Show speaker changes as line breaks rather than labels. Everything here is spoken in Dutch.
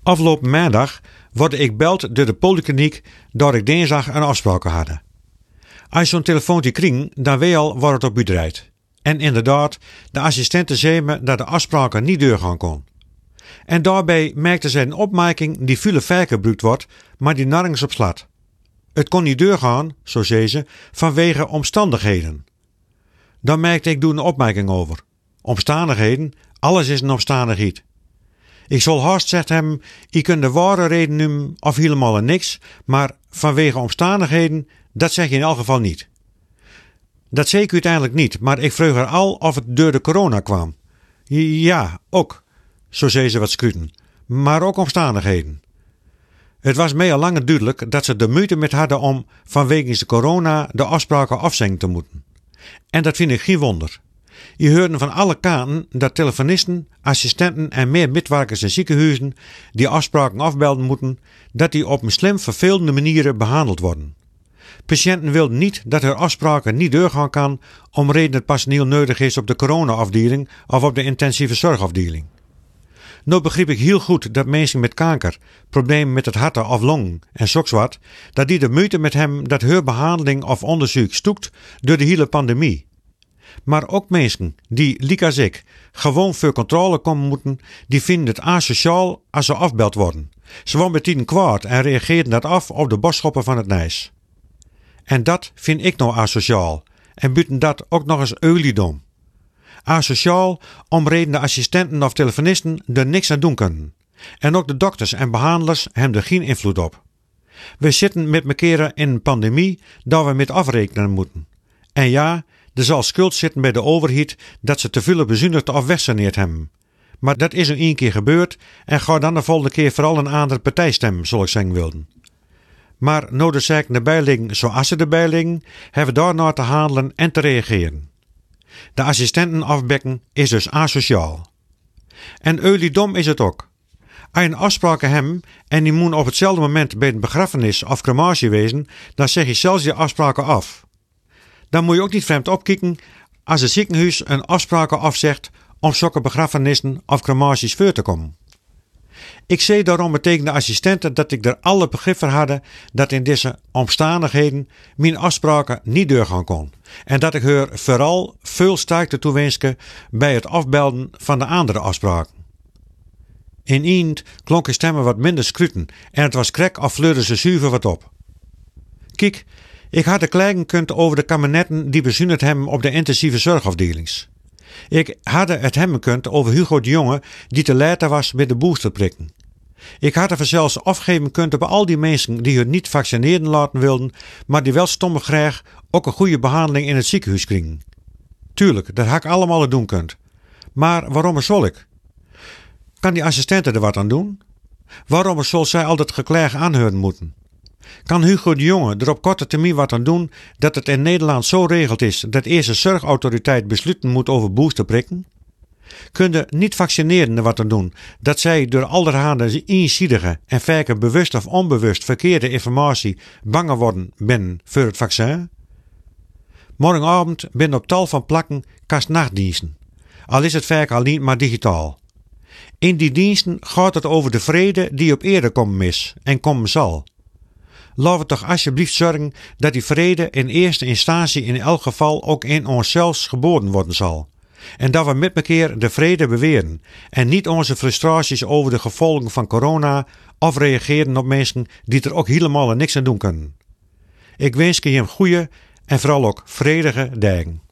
Afgelopen maandag word ik gebeld door de polykliniek dat ik dinsdag een afspraak had. Als je zo'n telefoontje krijgt, dan weet je al waar het op u draait. En inderdaad, de assistente zei me dat de afspraken niet doorgaan kon. En daarbij merkte zij een opmerking die veel vaker gebruikt wordt, maar die nergens op slaat. Het kon niet doorgaan, zo zei ze, vanwege omstandigheden. Dan merkte ik een opmerking over. Omstandigheden, alles is een omstandigheid. Ik zal haast zeggen hem, je kunt de ware reden noemen of helemaal niks, maar vanwege omstandigheden, dat zeg je in elk geval niet. Dat zei ik uiteindelijk niet, maar ik vroeg haar al of het door de corona kwam. Ja, ook, zo zei ze wat scruten, maar ook omstandigheden. Het was mij al lang duidelijk dat ze de moeite met hadden om vanwege de corona de afspraken afzeggen te moeten. En dat vind ik geen wonder. Je hoorde van alle kanten dat telefonisten, assistenten en meer medewerkers in ziekenhuizen die afspraken afbelden moeten, dat die op een slim vervelende manieren behandeld worden. Patiënten wilden niet dat hun afspraken niet doorgaan kan om reden het personeel nodig is op de corona-afdeling of op de intensieve zorgafdeling. Nou begreep ik heel goed dat mensen met kanker, problemen met het hart of longen en wat, dat die de moeite met hem dat hun behandeling of onderzoek stoekt door de hele pandemie. Maar ook mensen die, liek als ik, gewoon voor controle komen moeten, die vinden het asociaal als ze afbeld worden. Ze worden meteen kwaad en reageerden dat af op de boschoppen van het Nijs. En dat vind ik nou asociaal. En buiten dat ook nog eens eulidom. Asociaal om reden de assistenten of telefonisten er niks aan doen kunnen. En ook de dokters en behandelers hebben er geen invloed op. We zitten met mekaar in een pandemie dat we met afrekenen moeten. En ja, er zal schuld zitten bij de overheid dat ze te veel bezuinigd of wegsaneerd hebben. Maar dat is er één keer gebeurd en ga dan de volgende keer vooral een andere partij stemmen, zoals ik zeggen wilde. Maar nou de zaken erbij liggen zoals ze erbij liggen, hebben we daarna te handelen en te reageren. De assistenten afbekken is dus asociaal. En eulidom is het ook. Als je een afspraak hebt en die moet op hetzelfde moment bij een begrafenis of crematie wezen, dan zeg je zelfs je afspraken af. Dan moet je ook niet vreemd opkijken als het ziekenhuis een afspraken afzegt om zulke begrafenissen of crematies voor te komen. Ik zei daarom tegen de assistenten dat ik er alle begrip voor had dat in deze omstandigheden mijn afspraken niet doorgaan kon. En dat ik haar vooral veel sterkte toewenste bij het afbelden van de andere afspraken. In eind klonken stemmen wat minder scruten en het was krek of fleurde ze zuiver wat op. Kijk, ik had de klagen kunnen over de kabinetten die bezuinigd hebben op de intensieve zorgafdelings. Ik had het hebben kunnen over Hugo de Jonge die te laat was met de boosterprikken. Ik had er zelfs afgeven kunnen bij al die mensen die hun niet vaccineren laten wilden, maar die wel stomme graag ook een goede behandeling in het ziekenhuis kregen. Tuurlijk, dat had ik allemaal doen kunt. Maar waarom zal ik? Kan die assistenten er wat aan doen? Waarom zal zij al dat geklaag aanhoren moeten? Kan Hugo de Jonge er op korte termijn wat aan doen dat het in Nederland zo regeld is dat eerst de zorgautoriteit besluiten moet over boosterprikken? Kunnen niet-vaccinerenden wat aan doen dat zij door allerhande eenzijdige en vaker bewust of onbewust verkeerde informatie banger worden binnen voor het vaccin? Morgenavond binnen op tal van plakken kastnachtdiensten, al is het vaak al niet maar digitaal. In die diensten gaat het over de vrede die op ere komen is en komen zal. Laten we toch alsjeblieft zorgen dat die vrede in eerste instantie in elk geval ook in onszelf geboren worden zal. En dat we met elkaar de vrede beweren en niet onze frustraties over de gevolgen van corona of reageren op mensen die er ook helemaal niks aan doen kunnen. Ik wens je een goede en vooral ook vredige dagen.